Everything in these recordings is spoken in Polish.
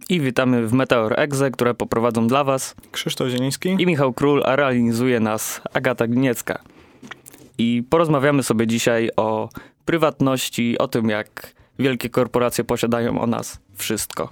I witamy w Meteor Exe, które poprowadzą dla was Krzysztof Zieliński i Michał Król, a realizuje nas Agata Gniecka. I porozmawiamy sobie dzisiaj o prywatności, o tym, jak wielkie korporacje posiadają o nas wszystko.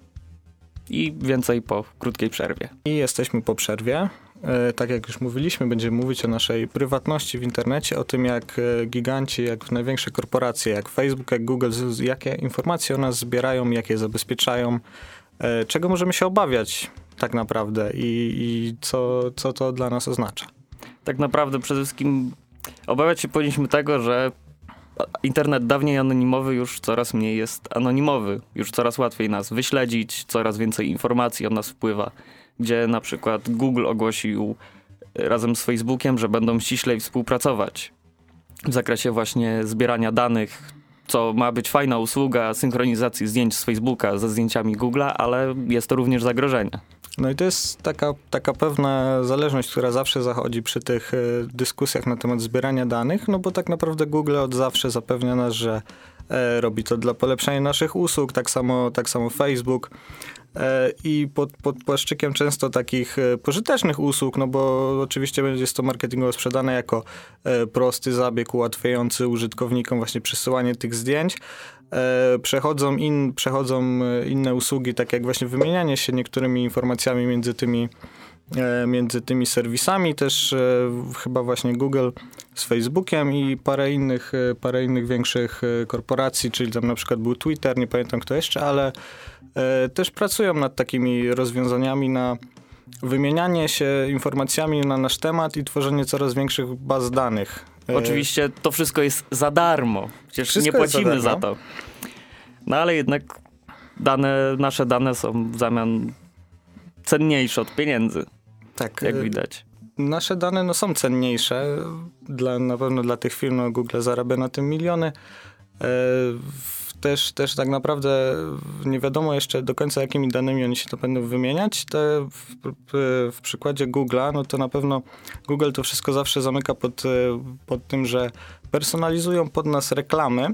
I więcej po krótkiej przerwie. I jesteśmy po przerwie. Tak jak już mówiliśmy, będziemy mówić o naszej prywatności w internecie, o tym jak giganci, jak największe korporacje, jak Facebook, jak Google, jakie informacje o nas zbierają, jak je zabezpieczają, czego możemy się obawiać tak naprawdę i co to dla nas oznacza. Tak naprawdę przede wszystkim obawiać się powinniśmy tego, że internet dawniej anonimowy już coraz mniej jest anonimowy. Już coraz łatwiej nas wyśledzić, coraz więcej informacji o nas wpływa. Gdzie na przykład Google ogłosił razem z Facebookiem, że będą ściślej współpracować w zakresie właśnie zbierania danych, co ma być fajna usługa synchronizacji zdjęć z Facebooka ze zdjęciami Google'a, ale jest to również zagrożenie. No i to jest taka pewna zależność, która zawsze zachodzi przy tych dyskusjach na temat zbierania danych, no bo tak naprawdę Google od zawsze zapewnia nas, że robi to dla polepszenia naszych usług, tak samo Facebook. I pod płaszczykiem często takich pożytecznych usług, no bo oczywiście jest to marketingowo sprzedane jako prosty zabieg ułatwiający użytkownikom właśnie przesyłanie tych zdjęć. Przechodzą inne usługi, tak jak właśnie wymienianie się niektórymi informacjami między tymi serwisami, też chyba właśnie Google z Facebookiem i parę innych większych korporacji, czyli tam na przykład był Twitter, nie pamiętam kto jeszcze, ale też pracują nad takimi rozwiązaniami na wymienianie się informacjami na nasz temat i tworzenie coraz większych baz danych. Oczywiście to wszystko jest za darmo, przecież nie płacimy za to. No ale jednak nasze dane są w zamian cenniejsze od pieniędzy, tak, jak widać. Nasze dane są cenniejsze, na pewno dla tych firm, no Google zarabia na tym miliony. Też tak naprawdę nie wiadomo jeszcze do końca, jakimi danymi oni się to będą wymieniać. W przykładzie Google'a, no to na pewno Google to wszystko zawsze zamyka pod tym, że personalizują pod nas reklamy.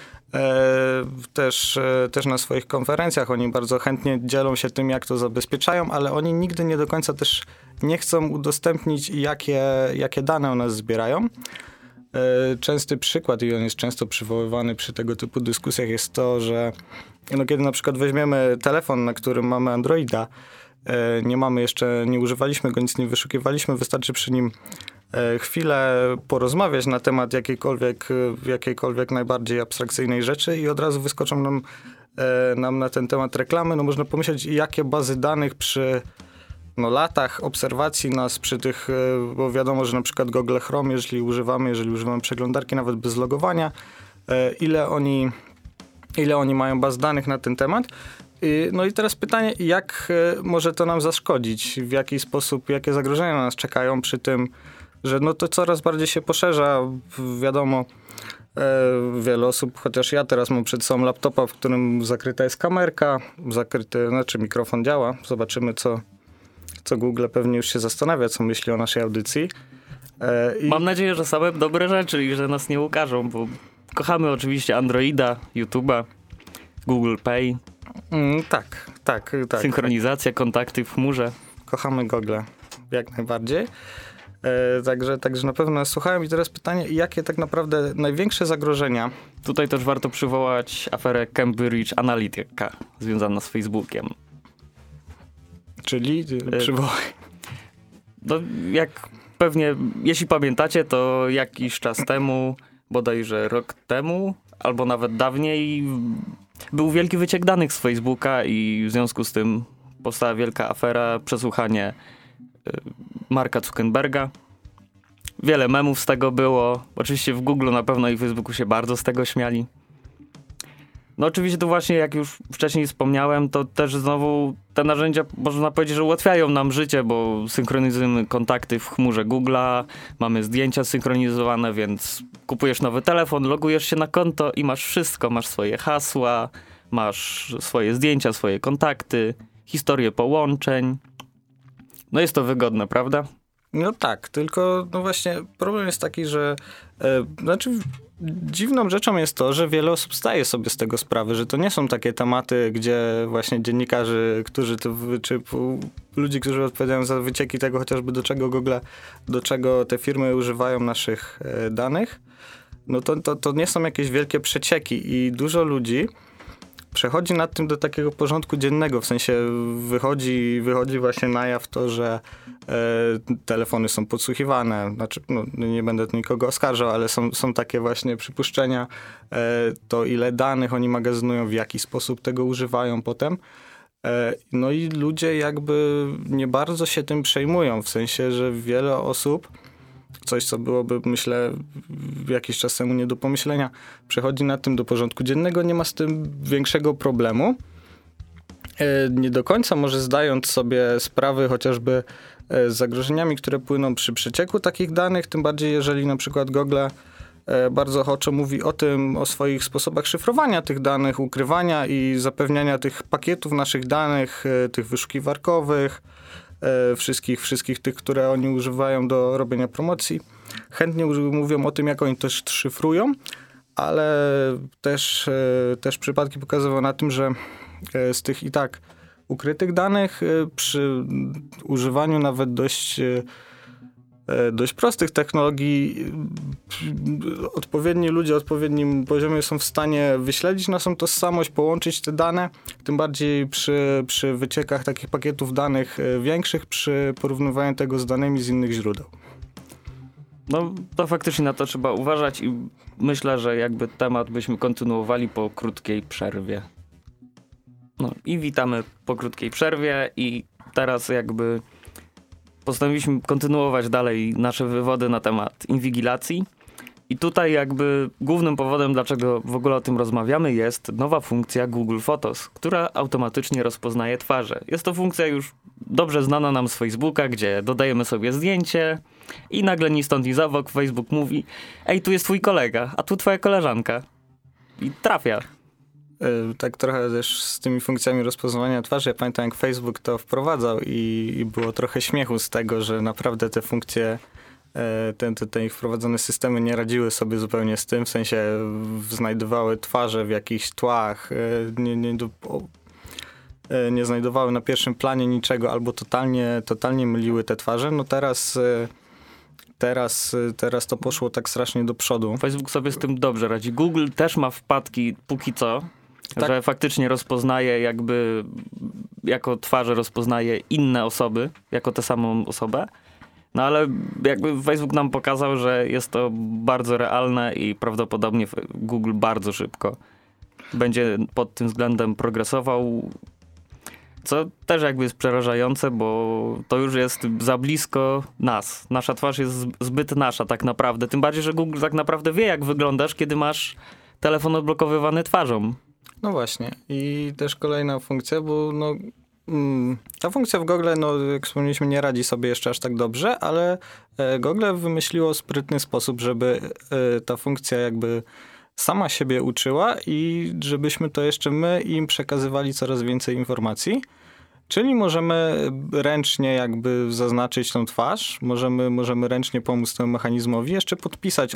Też na swoich konferencjach oni bardzo chętnie dzielą się tym, jak to zabezpieczają, ale oni nigdy nie do końca też nie chcą udostępnić, jakie dane o nas zbierają. Częsty przykład, i on jest często przywoływany przy tego typu dyskusjach, jest to, że kiedy na przykład weźmiemy telefon, na którym mamy Androida, nie używaliśmy go, nic nie wyszukiwaliśmy, wystarczy przy nim chwilę porozmawiać na temat jakiejkolwiek najbardziej abstrakcyjnej rzeczy i od razu wyskoczą nam na ten temat reklamy. No można pomyśleć, jakie bazy danych przy latach obserwacji nas przy tych, bo wiadomo, że na przykład Google Chrome, jeżeli używamy przeglądarki nawet bez logowania, ile oni mają baz danych na ten temat. No i teraz pytanie, jak może to nam zaszkodzić? W jaki sposób, jakie zagrożenia na nas czekają przy tym, że to coraz bardziej się poszerza. Wiadomo, wiele osób, chociaż ja teraz mam przed sobą laptopa, w którym zakryta jest kamerka, mikrofon działa. Zobaczymy, co Google pewnie już się zastanawia, co myśli o naszej audycji. Mam nadzieję, że same dobre rzeczy i że nas nie ukażą, bo kochamy oczywiście Androida, YouTube'a, Google Pay. Tak. Synchronizacja, kontakty w chmurze. Kochamy Google, jak najbardziej. Także na pewno nas słuchają. I teraz pytanie, jakie tak naprawdę największe zagrożenia? Tutaj też warto przywołać aferę Cambridge Analytica związaną z Facebookiem. Czyli przywołaj. No, jak pewnie, jeśli pamiętacie, to jakiś czas temu, bodajże rok temu, albo nawet dawniej, był wielki wyciek danych z Facebooka i w związku z tym powstała wielka afera, przesłuchanie Marka Zuckerberga. Wiele memów z tego było. Oczywiście w Google na pewno i Facebooku się bardzo z tego śmiali. No oczywiście tu właśnie, jak już wcześniej wspomniałem, to też znowu te narzędzia, można powiedzieć, że ułatwiają nam życie, bo synchronizujemy kontakty w chmurze Google'a, mamy zdjęcia synchronizowane, więc kupujesz nowy telefon, logujesz się na konto i masz wszystko. Masz swoje hasła, masz swoje zdjęcia, swoje kontakty, historię połączeń. No jest to wygodne, prawda? No tak, tylko no właśnie problem jest taki, że dziwną rzeczą jest to, że wiele osób zdaje sobie z tego sprawę, że to nie są takie tematy, gdzie właśnie dziennikarze, czy ludzie, którzy odpowiadają za wycieki tego chociażby do czego te firmy używają naszych danych, no to nie są jakieś wielkie przecieki i dużo ludzi przechodzi nad tym do takiego porządku dziennego, w sensie wychodzi właśnie na jaw to, że telefony są podsłuchiwane. Znaczy, no, nie będę tu nikogo oskarżał, ale są takie właśnie przypuszczenia, to ile danych oni magazynują, w jaki sposób tego używają potem. No i ludzie jakby nie bardzo się tym przejmują, w sensie, że wiele osób, coś co byłoby, myślę, jakiś czas temu nie do pomyślenia, przechodzi nad tym do porządku dziennego, nie ma z tym większego problemu. Nie do końca może zdając sobie sprawy chociażby z zagrożeniami, które płyną przy przecieku takich danych, tym bardziej jeżeli na przykład Google bardzo ochoczo mówi o swoich sposobach szyfrowania tych danych, ukrywania i zapewniania tych pakietów naszych danych, tych wyszukiwarkowych, wszystkich tych, które oni używają do robienia promocji. Chętnie mówią o tym, jak oni też szyfrują, ale też przypadki pokazywały na tym, że z tych i tak ukrytych danych przy używaniu nawet dość prostych technologii odpowiedni ludzie o odpowiednim poziomie są w stanie wyśledzić naszą tożsamość, połączyć te dane, tym bardziej przy wyciekach takich pakietów danych większych, przy porównywaniu tego z danymi z innych źródeł. No to faktycznie na to trzeba uważać i myślę, że jakby temat byśmy kontynuowali po krótkiej przerwie. No i witamy po krótkiej przerwie i teraz jakby postanowiliśmy kontynuować dalej nasze wywody na temat inwigilacji. I tutaj jakby głównym powodem, dlaczego w ogóle o tym rozmawiamy, jest nowa funkcja Google Photos, która automatycznie rozpoznaje twarze. Jest to funkcja już dobrze znana nam z Facebooka, gdzie dodajemy sobie zdjęcie i nagle ni stąd ni zowąd Facebook mówi: ej, tu jest twój kolega, a tu twoja koleżanka. I trafia. Tak trochę też z tymi funkcjami rozpoznawania twarzy. Ja pamiętam, jak Facebook to wprowadzał i było trochę śmiechu z tego, że naprawdę te funkcje, te ich wprowadzone systemy nie radziły sobie zupełnie z tym, w sensie znajdowały twarze w jakichś tłach, nie znajdowały na pierwszym planie niczego albo totalnie myliły te twarze. No teraz to poszło tak strasznie do przodu. Facebook sobie z tym dobrze radzi. Google też ma wpadki póki co, tak, że faktycznie rozpoznaje jakby, jako twarze rozpoznaje inne osoby, jako tę samą osobę. No ale jakby Facebook nam pokazał, że jest to bardzo realne i prawdopodobnie Google bardzo szybko będzie pod tym względem progresował. Co też jakby jest przerażające, bo to już jest za blisko nas. Nasza twarz jest zbyt nasza tak naprawdę. Tym bardziej, że Google tak naprawdę wie, jak wyglądasz, kiedy masz telefon odblokowywany twarzą. No właśnie. I też kolejna funkcja, bo ta funkcja w Google, jak wspomnieliśmy, nie radzi sobie jeszcze aż tak dobrze, ale Google wymyśliło sprytny sposób, żeby ta funkcja jakby sama siebie uczyła i żebyśmy to jeszcze my im przekazywali coraz więcej informacji. Czyli możemy ręcznie jakby zaznaczyć tą twarz, możemy ręcznie pomóc temu mechanizmowi, jeszcze podpisać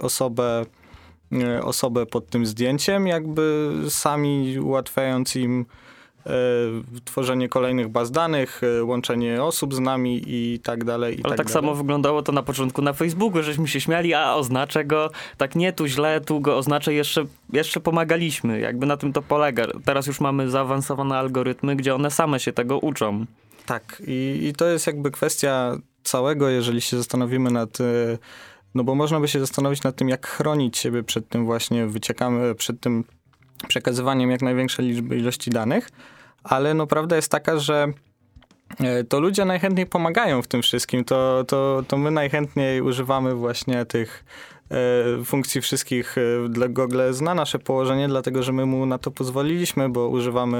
osobę pod tym zdjęciem, jakby sami ułatwiając im tworzenie kolejnych baz danych, łączenie osób z nami i tak dalej. Ale tak samo wyglądało to na początku na Facebooku, żeśmy się śmiali, a oznaczę go, tak nie, tu źle, tu go oznaczę, jeszcze pomagaliśmy. Jakby na tym to polega. Teraz już mamy zaawansowane algorytmy, gdzie one same się tego uczą. Tak, i to jest jakby kwestia całego, jeżeli się zastanowimy nad... No bo można by się zastanowić nad tym, jak chronić siebie przed tym właśnie przed tym przekazywaniem jak największej ilości danych, ale no prawda jest taka, że to ludzie najchętniej pomagają w tym wszystkim, to my najchętniej używamy właśnie tych funkcji wszystkich. Dla Google zna nasze położenie, dlatego że my mu na to pozwoliliśmy, bo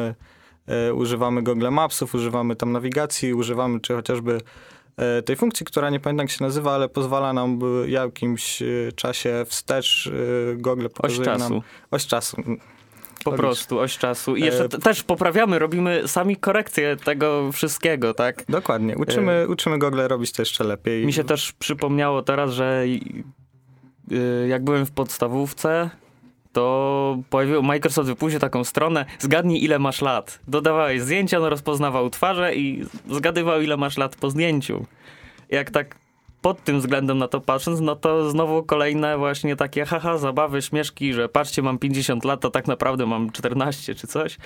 używamy Google Mapsów, używamy tam nawigacji, używamy czy chociażby tej funkcji, która nie pamiętam jak się nazywa, ale pozwala nam w jakimś czasie wstecz Google pokazuje nam oś czasu. Po prostu, oś czasu. I jeszcze też poprawiamy, robimy sami korekcję tego wszystkiego, tak? Dokładnie. Uczymy Google robić to jeszcze lepiej. Mi się też przypomniało teraz, że jak byłem w podstawówce, to Microsoft wypuścił taką stronę, zgadnij ile masz lat. Dodawałeś zdjęcia, on rozpoznawał twarze i zgadywał ile masz lat po zdjęciu. Jak tak pod tym względem na to patrząc, no to znowu kolejne właśnie takie zabawy, śmieszki, że patrzcie, mam 50 lat, to tak naprawdę mam 14 czy coś.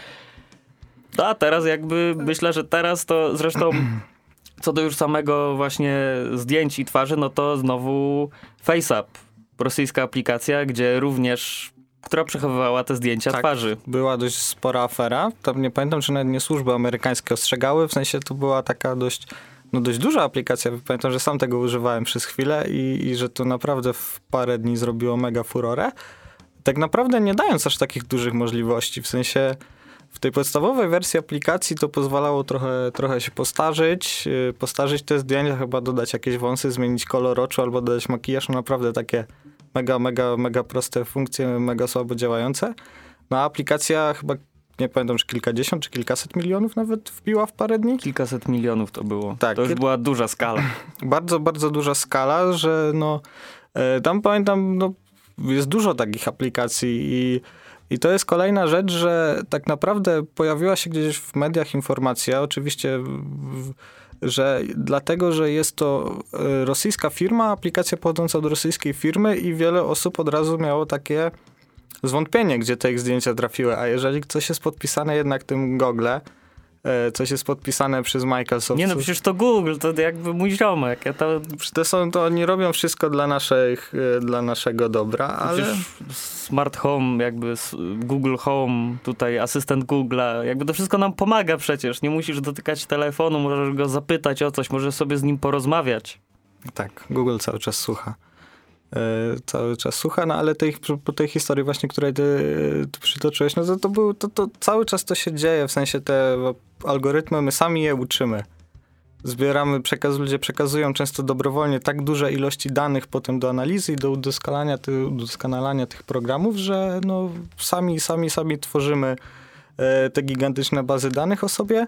A teraz jakby myślę, że teraz to zresztą co do już samego właśnie zdjęć i twarzy, no to znowu FaceApp, rosyjska aplikacja, gdzie również która przechowywała te zdjęcia twarzy. Była dość spora afera. Tam nie pamiętam, czy nawet nie służby amerykańskie ostrzegały, w sensie to była taka dość duża aplikacja. Pamiętam, że sam tego używałem przez chwilę i że to naprawdę w parę dni zrobiło mega furorę. Tak naprawdę nie dając aż takich dużych możliwości. W sensie w tej podstawowej wersji aplikacji to pozwalało trochę się postarzyć te zdjęcia, chyba dodać jakieś wąsy, zmienić kolor oczu albo dodać makijaż. No naprawdę takie mega proste funkcje, mega słabo działające. No a aplikacja chyba, nie pamiętam, czy kilkadziesiąt, czy kilkaset milionów nawet wbiła w parę dni? Kilkaset milionów to było. Tak. To już była duża skala. Bardzo, bardzo duża skala, że tam pamiętam, jest dużo takich aplikacji i to jest kolejna rzecz, że tak naprawdę pojawiła się gdzieś w mediach informacja, oczywiście, że dlatego, że jest to rosyjska firma, aplikacja pochodząca od rosyjskiej firmy i wiele osób od razu miało takie zwątpienie, gdzie te ich zdjęcia trafiły, a jeżeli coś jest podpisane jednak tym Google, coś jest podpisane przez Microsoft. Nie przecież to Google, to jakby mój ziomek. To oni robią wszystko dla naszego dobra, ale... Smart Home, jakby Google Home, tutaj asystent Google'a, jakby to wszystko nam pomaga przecież. Nie musisz dotykać telefonu, możesz go zapytać o coś, możesz sobie z nim porozmawiać. Tak, Google cały czas słucha. No ale po tej historii właśnie, której ty przytoczyłeś, no to cały czas to się dzieje, w sensie te algorytmy, my sami je uczymy. Zbieramy ludzie przekazują często dobrowolnie tak duże ilości danych potem do analizy i do udoskonalania tych programów, że sami tworzymy te gigantyczne bazy danych o sobie.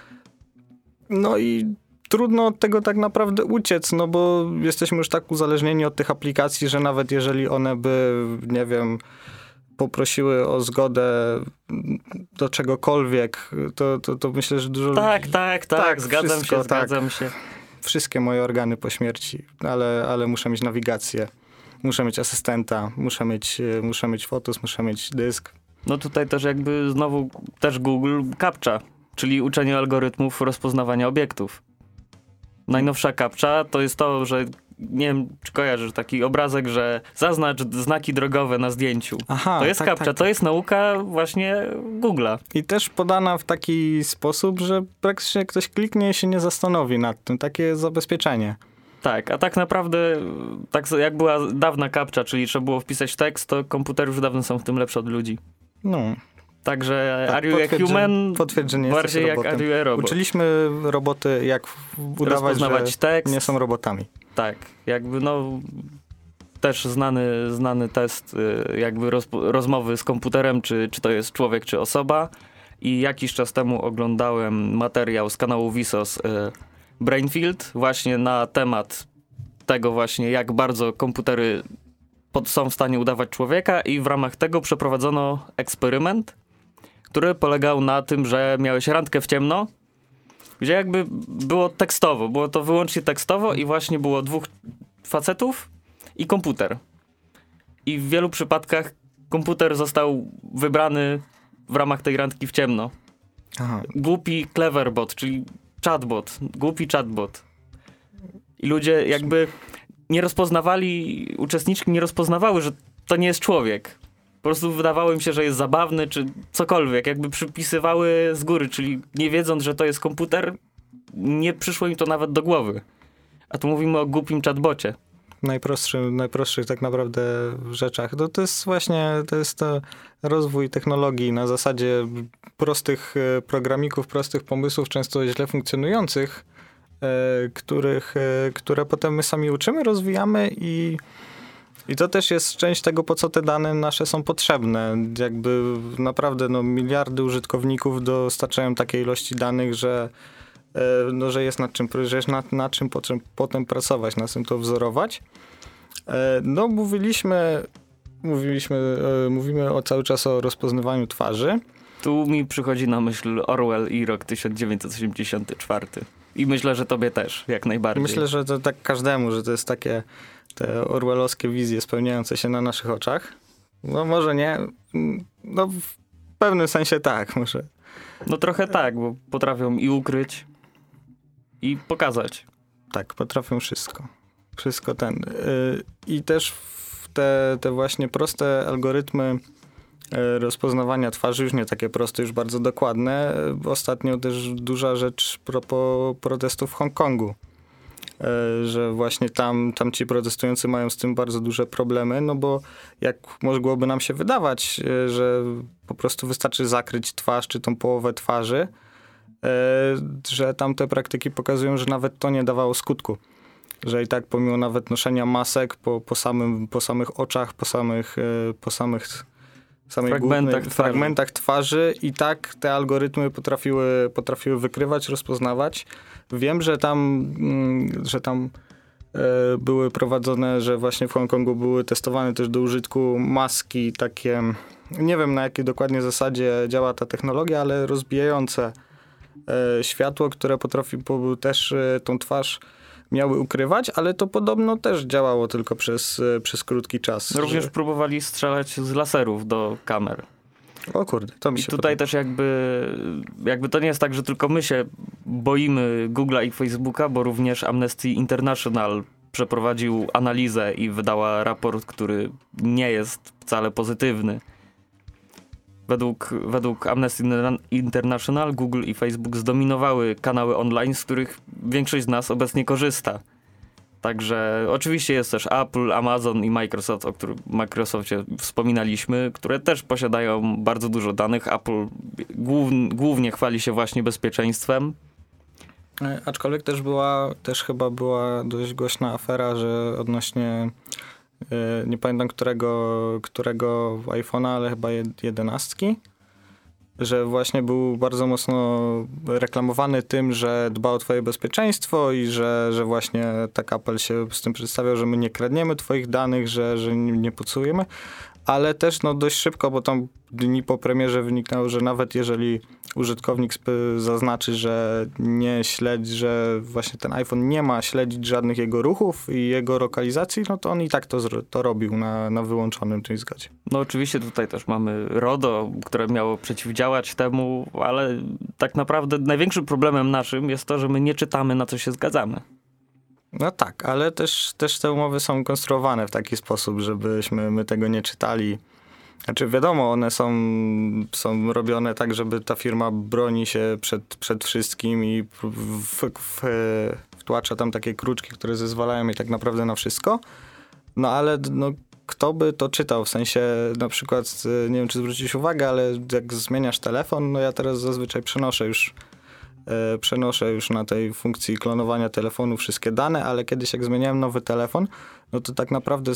No i trudno od tego tak naprawdę uciec, bo jesteśmy już tak uzależnieni od tych aplikacji, że nawet jeżeli one by, nie wiem, poprosiły o zgodę do czegokolwiek, to myślę, że dużo... Tak, zgadzam się. Wszystkie moje organy po śmierci, ale muszę mieć nawigację, muszę mieć asystenta, muszę mieć fotos, muszę mieć dysk. No tutaj też jakby znowu też Google CAPTCHA, czyli uczenie algorytmów rozpoznawania obiektów. Najnowsza CAPTCHA to jest to, że nie wiem, czy kojarzysz taki obrazek, że zaznacz znaki drogowe na zdjęciu. To jest CAPTCHA, tak. To jest nauka właśnie Google'a. I też podana w taki sposób, że praktycznie ktoś kliknie i się nie zastanowi nad tym. Takie zabezpieczenie. Tak, a tak naprawdę, tak jak była dawna CAPTCHA, czyli trzeba było wpisać tekst, to komputery już dawno są w tym lepsze od ludzi. Także Are You a Human? Potwierdź, że nie bardziej jak Are You a Robot. Uczyliśmy roboty, jak udawać, że tekst. Nie są robotami. Tak, jakby też znany test jakby rozmowy z komputerem, czy to jest człowiek, czy osoba. I jakiś czas temu oglądałem materiał z kanału Vsauce Brainfield właśnie na temat tego właśnie, jak bardzo komputery są w stanie udawać człowieka i w ramach tego przeprowadzono eksperyment, który polegał na tym, że miałeś randkę w ciemno, gdzie jakby było tekstowo, było to wyłącznie tekstowo i właśnie było 2 facetów i komputer. I w wielu przypadkach komputer został wybrany w ramach tej randki w ciemno. Głupi cleverbot, czyli chatbot, głupi chatbot. I ludzie jakby uczestniczki nie rozpoznawały, że to nie jest człowiek. Po prostu wydawało im się, że jest zabawny, czy cokolwiek. Jakby przypisywały z góry, czyli nie wiedząc, że to jest komputer, nie przyszło im to nawet do głowy. A tu mówimy o głupim chatbocie. Najprostszych tak naprawdę rzeczach. To jest to rozwój technologii na zasadzie prostych programików, prostych pomysłów, często źle funkcjonujących, które potem my sami uczymy, rozwijamy i I to też jest część tego, po co te dane nasze są potrzebne. Jakby naprawdę miliardy użytkowników dostarczają takiej ilości danych, że że jest nad czym, że jest nad czym potem pracować, na czym to wzorować. Mówimy cały czas o rozpoznawaniu twarzy. Tu mi przychodzi na myśl Orwell i rok 1984. I myślę, że tobie też, jak najbardziej. Myślę, że to tak każdemu, że to jest takie te orwellowskie wizje spełniające się na naszych oczach. No może nie, w pewnym sensie tak, może. No trochę tak, bo potrafią i ukryć, i pokazać. Tak, potrafią wszystko. Wszystko I też te właśnie proste algorytmy rozpoznawania twarzy, już nie takie proste, już bardzo dokładne. Ostatnio też duża rzecz propos protestów w Hongkongu, że właśnie tam ci protestujący mają z tym bardzo duże problemy, no bo jak mogłoby nam się wydawać, że po prostu wystarczy zakryć twarz, czy tą połowę twarzy, że tam te praktyki pokazują, że nawet to nie dawało skutku. Że i tak pomimo nawet noszenia masek po samych oczach, po samych fragmentach twarzy i tak te algorytmy potrafiły wykrywać, rozpoznawać. Wiem, że tam były prowadzone, że właśnie w Hongkongu były testowane też do użytku maski takie, nie wiem na jakiej dokładnie zasadzie działa ta technologia, ale rozbijające światło, które potrafi też tą twarz miały ukrywać, ale to podobno też działało tylko przez krótki czas. Również próbowali strzelać z laserów do kamer. O kurde, to mi się I tutaj też jakby to nie jest tak, że tylko my się boimy Google'a i Facebooka, bo również Amnesty International przeprowadził analizę i wydała raport, który nie jest wcale pozytywny. Według Amnesty International Google i Facebook zdominowały kanały online, z których większość z nas obecnie korzysta. Także oczywiście jest też Apple, Amazon i Microsoft, o którym Microsoftie wspominaliśmy, które też posiadają bardzo dużo danych. Apple głównie chwali się właśnie bezpieczeństwem. Aczkolwiek też chyba była dość głośna afera, że odnośnie nie pamiętam którego iPhone'a, ale chyba 11, że właśnie był bardzo mocno reklamowany tym, że dba o twoje bezpieczeństwo i że właśnie tak Apple się z tym przedstawiał, że my nie kradniemy twoich danych, że nie podsłuchujemy, ale też dość szybko, bo tam dni po premierze wyniknęło, że nawet jeżeli użytkownik zaznaczy, że nie śledzi, że właśnie ten iPhone nie ma śledzić żadnych jego ruchów i jego lokalizacji, no to on i tak to robił na wyłączonym tej zgodzie. No oczywiście tutaj też mamy RODO, które miało przeciwdziałać temu, ale tak naprawdę największym problemem naszym jest to, że my nie czytamy, na co się zgadzamy. No tak, ale też te umowy są konstruowane w taki sposób, żebyśmy my tego nie czytali. Znaczy wiadomo, one są robione tak, żeby ta firma broni się przed wszystkim i wtłacza tam takie kruczki, które zezwalają jej tak naprawdę na wszystko. No ale kto by to czytał? W sensie na przykład, nie wiem czy zwrócić uwagę, ale jak zmieniasz telefon, no ja teraz zazwyczaj przenoszę już na tej funkcji klonowania telefonu wszystkie dane, ale kiedyś jak zmieniałem nowy telefon, no to tak naprawdę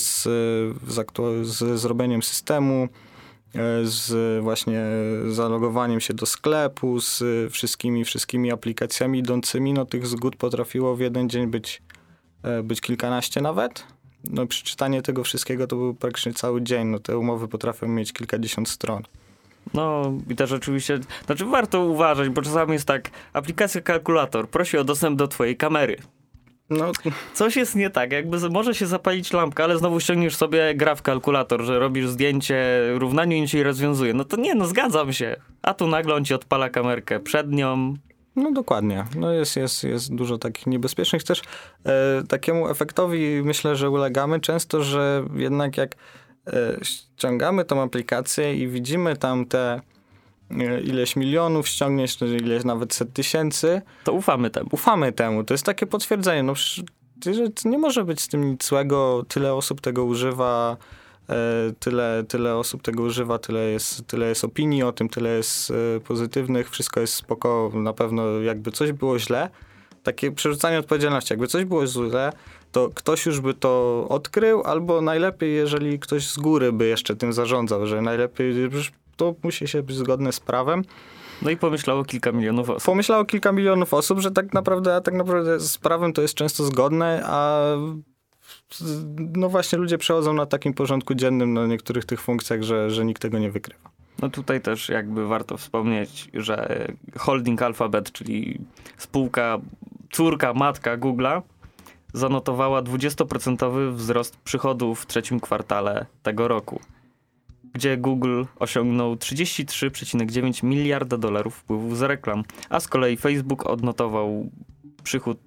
z zrobieniem systemu, z właśnie zalogowaniem się do sklepu, z wszystkimi aplikacjami idącymi, no tych zgód potrafiło w jeden dzień być kilkanaście nawet. No przeczytanie tego wszystkiego to był praktycznie cały dzień, no te umowy potrafią mieć kilkadziesiąt stron. No i też oczywiście, warto uważać, bo czasami jest tak, aplikacja kalkulator prosi o dostęp do twojej kamery. No. Coś jest nie tak, jakby może się zapalić lampka, ale znowu ściągniesz sobie gra w kalkulator, że robisz zdjęcie, równanie i ci rozwiązuje. No to nie, zgadzam się. A tu nagle on ci odpala kamerkę przed nią. No dokładnie. No jest dużo takich niebezpiecznych. Też takiemu efektowi myślę, że ulegamy często, że jednak jak ściągamy tą aplikację i widzimy tam te ileś milionów ściągniesz, ileś nawet set tysięcy. To ufamy temu. Ufamy temu. To jest takie potwierdzenie. No, że nie może być z tym nic złego. Tyle osób tego używa, tyle osób tego używa, tyle jest opinii o tym, tyle jest pozytywnych. Wszystko jest spoko. Na pewno jakby coś było źle, takie przerzucanie odpowiedzialności. Jakby coś było źle, to ktoś już by to odkrył, albo najlepiej, jeżeli ktoś z góry by jeszcze tym zarządzał, że najlepiej, to musi się być zgodne z prawem. No i pomyślało kilka milionów osób. Pomyślało kilka milionów osób, że tak naprawdę z prawem to jest często zgodne, a no właśnie ludzie przechodzą na takim porządku dziennym na niektórych tych funkcjach, że nikt tego nie wykrywa. No tutaj też jakby warto wspomnieć, że holding Alphabet, czyli spółka, córka, matka Google'a, zanotowała 20% wzrost przychodów w trzecim kwartale tego roku, gdzie Google osiągnął 33,9 miliarda dolarów wpływów z reklam, a z kolei Facebook odnotował przychód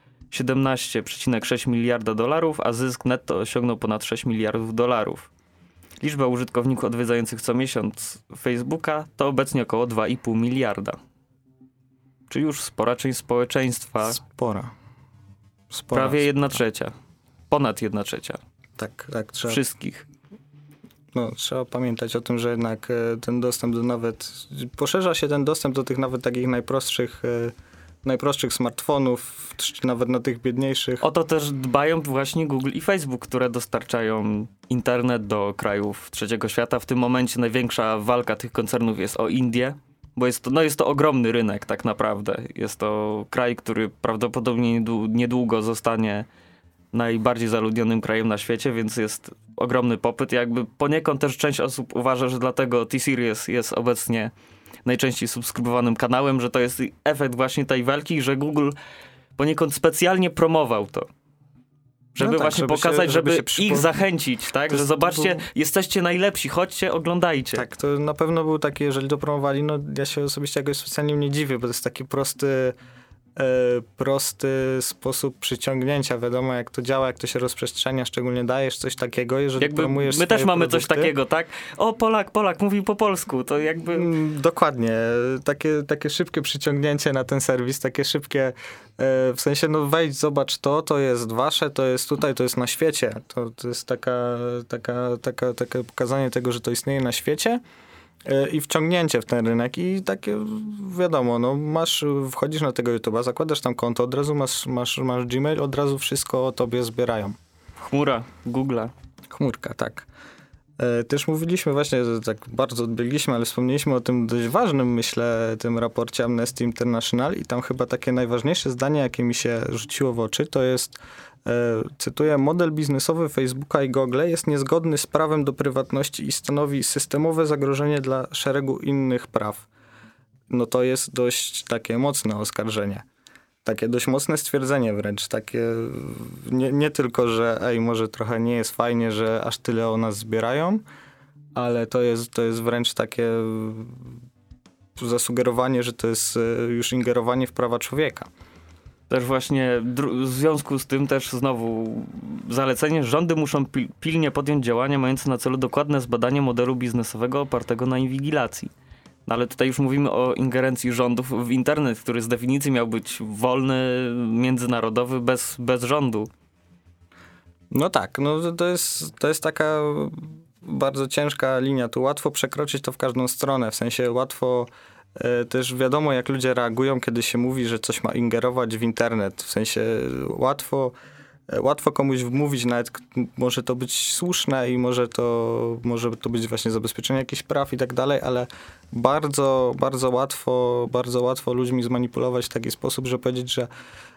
17,6 miliarda dolarów, a zysk netto osiągnął ponad 6 miliardów dolarów. Liczba użytkowników odwiedzających co miesiąc Facebooka to obecnie około 2,5 miliarda. Czyli już spora część społeczeństwa. Spora. Prawie 1/3. Ponad 1/3. Tak, trzeba. Wszystkich. No, trzeba pamiętać o tym, że jednak ten dostęp do poszerza się ten dostęp do tych nawet takich najprostszych smartfonów, czy nawet na tych biedniejszych. O to też dbają właśnie Google i Facebook, które dostarczają internet do krajów trzeciego świata. W tym momencie największa walka tych koncernów jest o Indię, bo jest to ogromny rynek tak naprawdę. Jest to kraj, który prawdopodobnie niedługo zostanie najbardziej zaludnionym krajem na świecie, więc jest ogromny popyt. Jakby poniekąd też część osób uważa, że dlatego T-Series jest obecnie najczęściej subskrybowanym kanałem, że to jest efekt właśnie tej walki, że Google poniekąd specjalnie promował to. Żeby właśnie pokazać, żeby ich zachęcić, tak? Że zobaczcie, jesteście najlepsi, chodźcie, oglądajcie. Tak, to na pewno był taki, jeżeli to promowali, no ja się osobiście jakoś specjalnie nie dziwię, bo to jest taki prosty sposób przyciągnięcia. Wiadomo, jak to działa, jak to się rozprzestrzenia, szczególnie dajesz coś takiego, jeżeli promujesz my też mamy produkty. Coś takiego, tak? O, Polak mówił po polsku, to jakby... Dokładnie. Takie szybkie przyciągnięcie na ten serwis, takie szybkie, w sensie, no wejdź, zobacz to jest wasze, to jest tutaj, to jest na świecie. To jest takie pokazanie tego, że to istnieje na świecie. I wciągnięcie w ten rynek i takie, wiadomo, no wchodzisz na tego YouTube'a, zakładasz tam konto, od razu masz Gmail, od razu wszystko o tobie zbierają. Chmura, Google'a. Chmurka, tak. Też mówiliśmy właśnie, tak bardzo odbiegliśmy, ale wspomnieliśmy o tym dość ważnym, myślę, tym raporcie Amnesty International i tam chyba takie najważniejsze zdanie, jakie mi się rzuciło w oczy, to jest, cytuję, model biznesowy Facebooka i Google jest niezgodny z prawem do prywatności i stanowi systemowe zagrożenie dla szeregu innych praw. No to jest dość takie mocne oskarżenie. Takie dość mocne stwierdzenie wręcz. Takie nie tylko, że może trochę nie jest fajnie, że aż tyle o nas zbierają, ale to jest wręcz takie zasugerowanie, że to jest już ingerowanie w prawa człowieka. Też właśnie w związku z tym też znowu zalecenie, że rządy muszą pilnie podjąć działania mające na celu dokładne zbadanie modelu biznesowego opartego na inwigilacji. No ale tutaj już mówimy o ingerencji rządów w internet, który z definicji miał być wolny, międzynarodowy, bez rządu. No tak, no to jest taka bardzo ciężka linia. Tu łatwo przekroczyć to w każdą stronę, w sensie łatwo też wiadomo, jak ludzie reagują, kiedy się mówi, że coś ma ingerować w internet. W sensie łatwo komuś wmówić, nawet może to być słuszne i może to być właśnie zabezpieczenie jakichś praw i tak dalej, ale bardzo łatwo ludźmi zmanipulować w taki sposób, że powiedzieć, że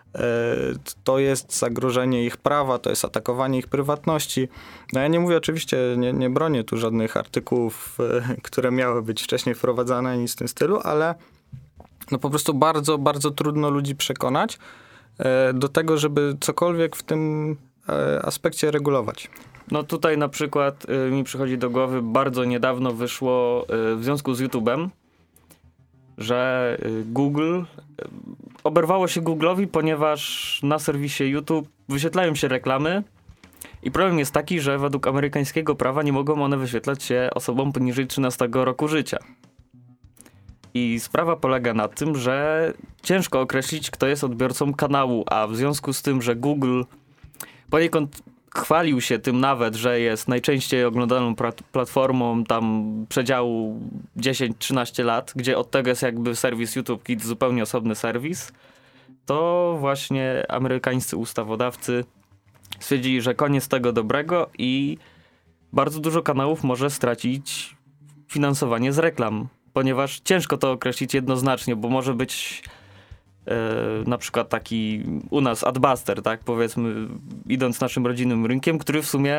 to jest zagrożenie ich prawa, to jest atakowanie ich prywatności. No ja nie mówię oczywiście, nie bronię tu żadnych artykułów, które miały być wcześniej wprowadzane, nic w tym stylu, ale no po prostu bardzo trudno ludzi przekonać do tego, żeby cokolwiek w tym aspekcie regulować. No tutaj na przykład mi przychodzi do głowy, bardzo niedawno wyszło w związku z YouTube'em, że Google, oberwało się Google'owi, ponieważ na serwisie YouTube wyświetlają się reklamy i problem jest taki, że według amerykańskiego prawa nie mogą one wyświetlać się osobom poniżej 13 roku życia. I sprawa polega na tym, że ciężko określić, kto jest odbiorcą kanału, a w związku z tym, że Google poniekąd chwalił się tym nawet, że jest najczęściej oglądaną platformą tam przedziału 10-13 lat, gdzie od tego jest jakby serwis YouTube Kids zupełnie osobny serwis, to właśnie amerykańscy ustawodawcy stwierdzili, że koniec tego dobrego i bardzo dużo kanałów może stracić finansowanie z reklam, ponieważ ciężko to określić jednoznacznie, bo może być na przykład taki u nas Adbuster, tak, powiedzmy, idąc naszym rodzinnym rynkiem, który w sumie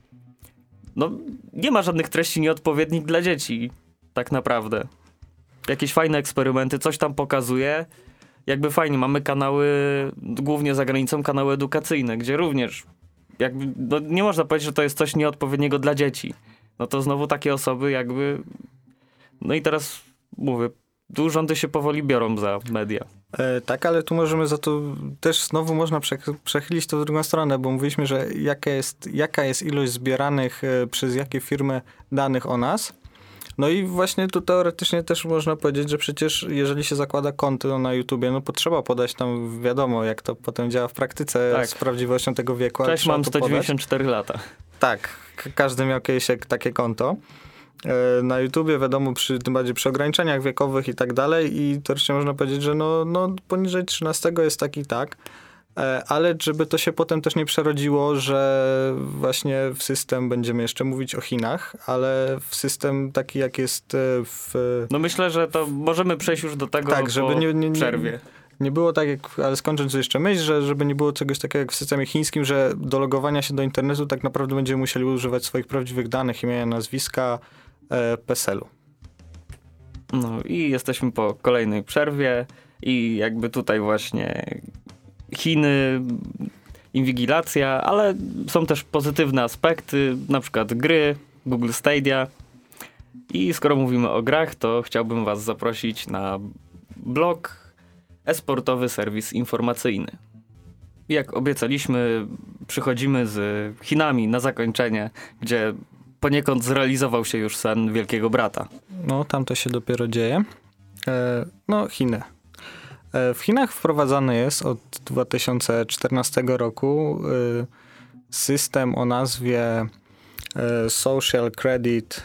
nie ma żadnych treści nieodpowiednich dla dzieci, tak naprawdę. Jakieś fajne eksperymenty, coś tam pokazuje. Jakby fajnie, mamy kanały, głównie za granicą, kanały edukacyjne, gdzie również jakby, nie można powiedzieć, że to jest coś nieodpowiedniego dla dzieci. No to znowu takie osoby jakby... No i teraz mówię, tu rządy się powoli biorą za media. Tak, ale tu możemy za to też znowu można przechylić to w drugą stronę, bo mówiliśmy, że jaka jest ilość zbieranych przez jakie firmy danych o nas. No i właśnie tu teoretycznie też można powiedzieć, że przecież jeżeli się zakłada konto na YouTubie, no potrzeba podać tam, wiadomo jak to potem działa w praktyce z prawdziwością tego wieku. Cześć, mam 194 lata. Tak, każdy miał kiedyś takie konto. Na YouTubie, wiadomo, tym bardziej przy ograniczeniach wiekowych i tak dalej i teoretycznie można powiedzieć, że no poniżej 13 jest tak i tak, ale żeby to się potem też nie przerodziło, że właśnie w system będziemy jeszcze mówić o Chinach, ale w system taki jak jest No myślę, że to możemy przejść już do tego tak, żeby nie przerwie. Nie było tak, ale skończąc jeszcze myśl, że żeby nie było czegoś takiego jak w systemie chińskim, że do logowania się do internetu tak naprawdę będziemy musieli używać swoich prawdziwych danych, imienia, nazwiska, PESEL-u. No i jesteśmy po kolejnej przerwie i jakby tutaj właśnie Chiny, inwigilacja, ale są też pozytywne aspekty, na przykład gry, Google Stadia. I skoro mówimy o grach, to chciałbym was zaprosić na blog e-sportowy serwis informacyjny. Jak obiecaliśmy, przychodzimy z Chinami na zakończenie, gdzie poniekąd zrealizował się już sen Wielkiego Brata. No, tam to się dopiero dzieje. Chiny. W Chinach wprowadzany jest od 2014 roku system o nazwie Social Credit.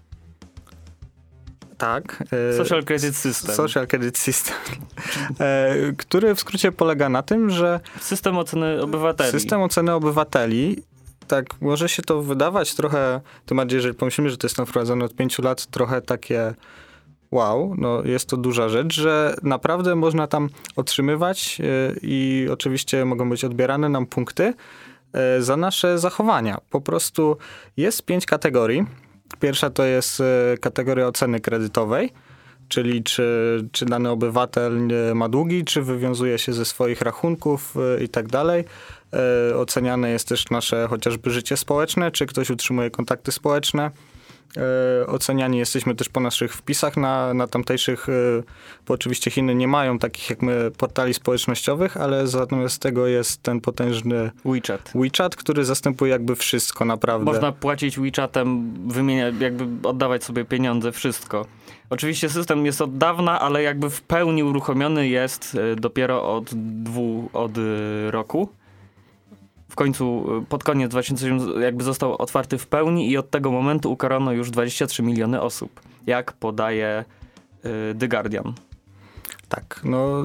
Tak. Social Credit System. Social Credit System. Który w skrócie polega na tym, że... System oceny obywateli. System oceny obywateli. Tak, może się to wydawać trochę, tym bardziej, jeżeli pomyślimy, że to jest tam wprowadzone od 5 lat, trochę takie wow, no jest to duża rzecz, że naprawdę można tam otrzymywać i oczywiście mogą być odbierane nam punkty za nasze zachowania. Po prostu jest 5 kategorii. Pierwsza to jest kategoria oceny kredytowej, czyli czy dany obywatel ma długi, czy wywiązuje się ze swoich rachunków i tak dalej. Oceniane jest też nasze chociażby życie społeczne, czy ktoś utrzymuje kontakty społeczne. Oceniani jesteśmy też po naszych wpisach na tamtejszych, bo oczywiście Chiny nie mają takich jak my portali społecznościowych, ale zamiast tego jest ten potężny WeChat, który zastępuje jakby wszystko naprawdę. Można płacić WeChatem, jakby oddawać sobie pieniądze, wszystko. Oczywiście system jest od dawna, ale jakby w pełni uruchomiony jest dopiero od roku. W końcu, pod koniec 2007 jakby został otwarty w pełni i od tego momentu ukarano już 23 miliony osób, jak podaje The Guardian. Tak,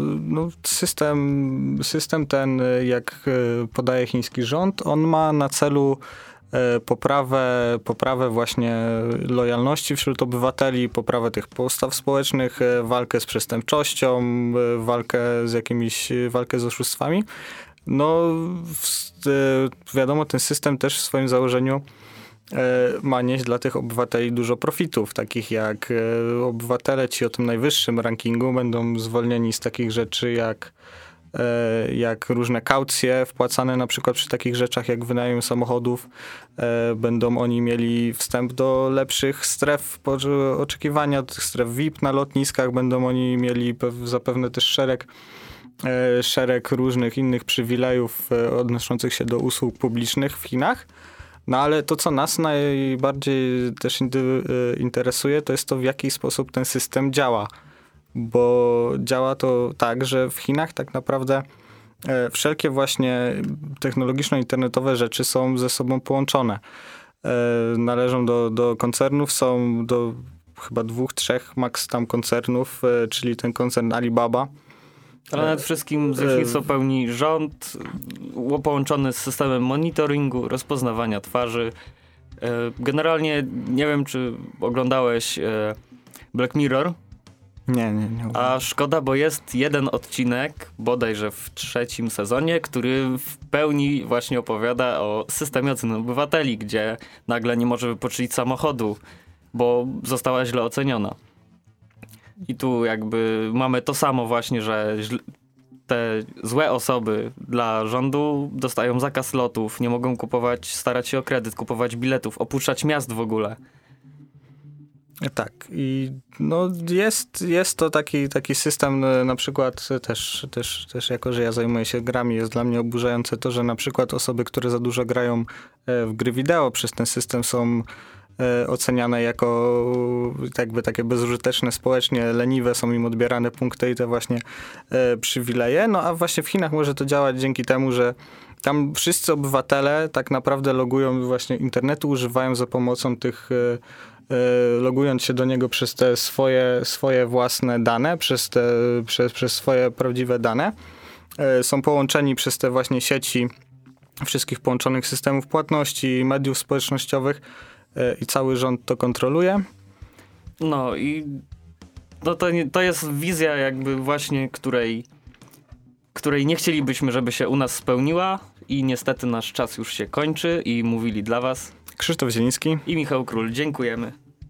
system ten, jak podaje chiński rząd, on ma na celu poprawę właśnie lojalności wśród obywateli, poprawę tych postaw społecznych, walkę z przestępczością, walkę z oszustwami. No, wiadomo, ten system też w swoim założeniu ma nieść dla tych obywateli dużo profitów, takich jak obywatele ci o tym najwyższym rankingu będą zwolnieni z takich rzeczy jak różne kaucje wpłacane na przykład przy takich rzeczach jak wynajem samochodów. Będą oni mieli wstęp do lepszych stref oczekiwania, stref VIP na lotniskach, będą oni mieli zapewne też szereg różnych innych przywilejów odnoszących się do usług publicznych w Chinach. No ale to, co nas najbardziej też interesuje, to jest to, w jaki sposób ten system działa. Bo działa to tak, że w Chinach tak naprawdę wszelkie właśnie technologiczno-internetowe rzeczy są ze sobą połączone. Należą do koncernów, są do chyba 2-3 max tam koncernów, czyli ten koncern Alibaba, Ale nad wszystkim zwierzchnictwo pełni rząd, połączony z systemem monitoringu, rozpoznawania twarzy. Generalnie nie wiem, czy oglądałeś Black Mirror. Nie. A szkoda, bo jest jeden odcinek, bodajże w 3. sezonie, który w pełni właśnie opowiada o systemie oceny obywateli, gdzie nagle nie może wypożyczyć samochodu, bo została źle oceniona. I tu jakby mamy to samo właśnie, że te złe osoby dla rządu dostają zakaz lotów, nie mogą starać się o kredyt, kupować biletów, opuszczać miast w ogóle. Tak i no jest to taki system, na przykład też jako, że ja zajmuję się grami, jest dla mnie oburzające to, że na przykład osoby, które za dużo grają w gry wideo przez ten system są oceniane jako jakby takie bezużyteczne, społecznie leniwe, są im odbierane punkty i te właśnie przywileje. No a właśnie w Chinach może to działać dzięki temu, że tam wszyscy obywatele tak naprawdę logują właśnie internetu, używają za pomocą tych logując się do niego przez te swoje własne dane, przez swoje prawdziwe dane. Są połączeni przez te właśnie sieci wszystkich połączonych systemów płatności, mediów społecznościowych i cały rząd to kontroluje. No i to jest wizja jakby właśnie, której nie chcielibyśmy, żeby się u nas spełniła i niestety nasz czas już się kończy i mówili dla was Krzysztof Zieliński i Michał Król. Dziękujemy.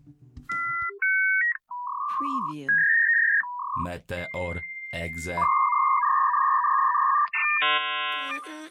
Preview. Meteor Exe.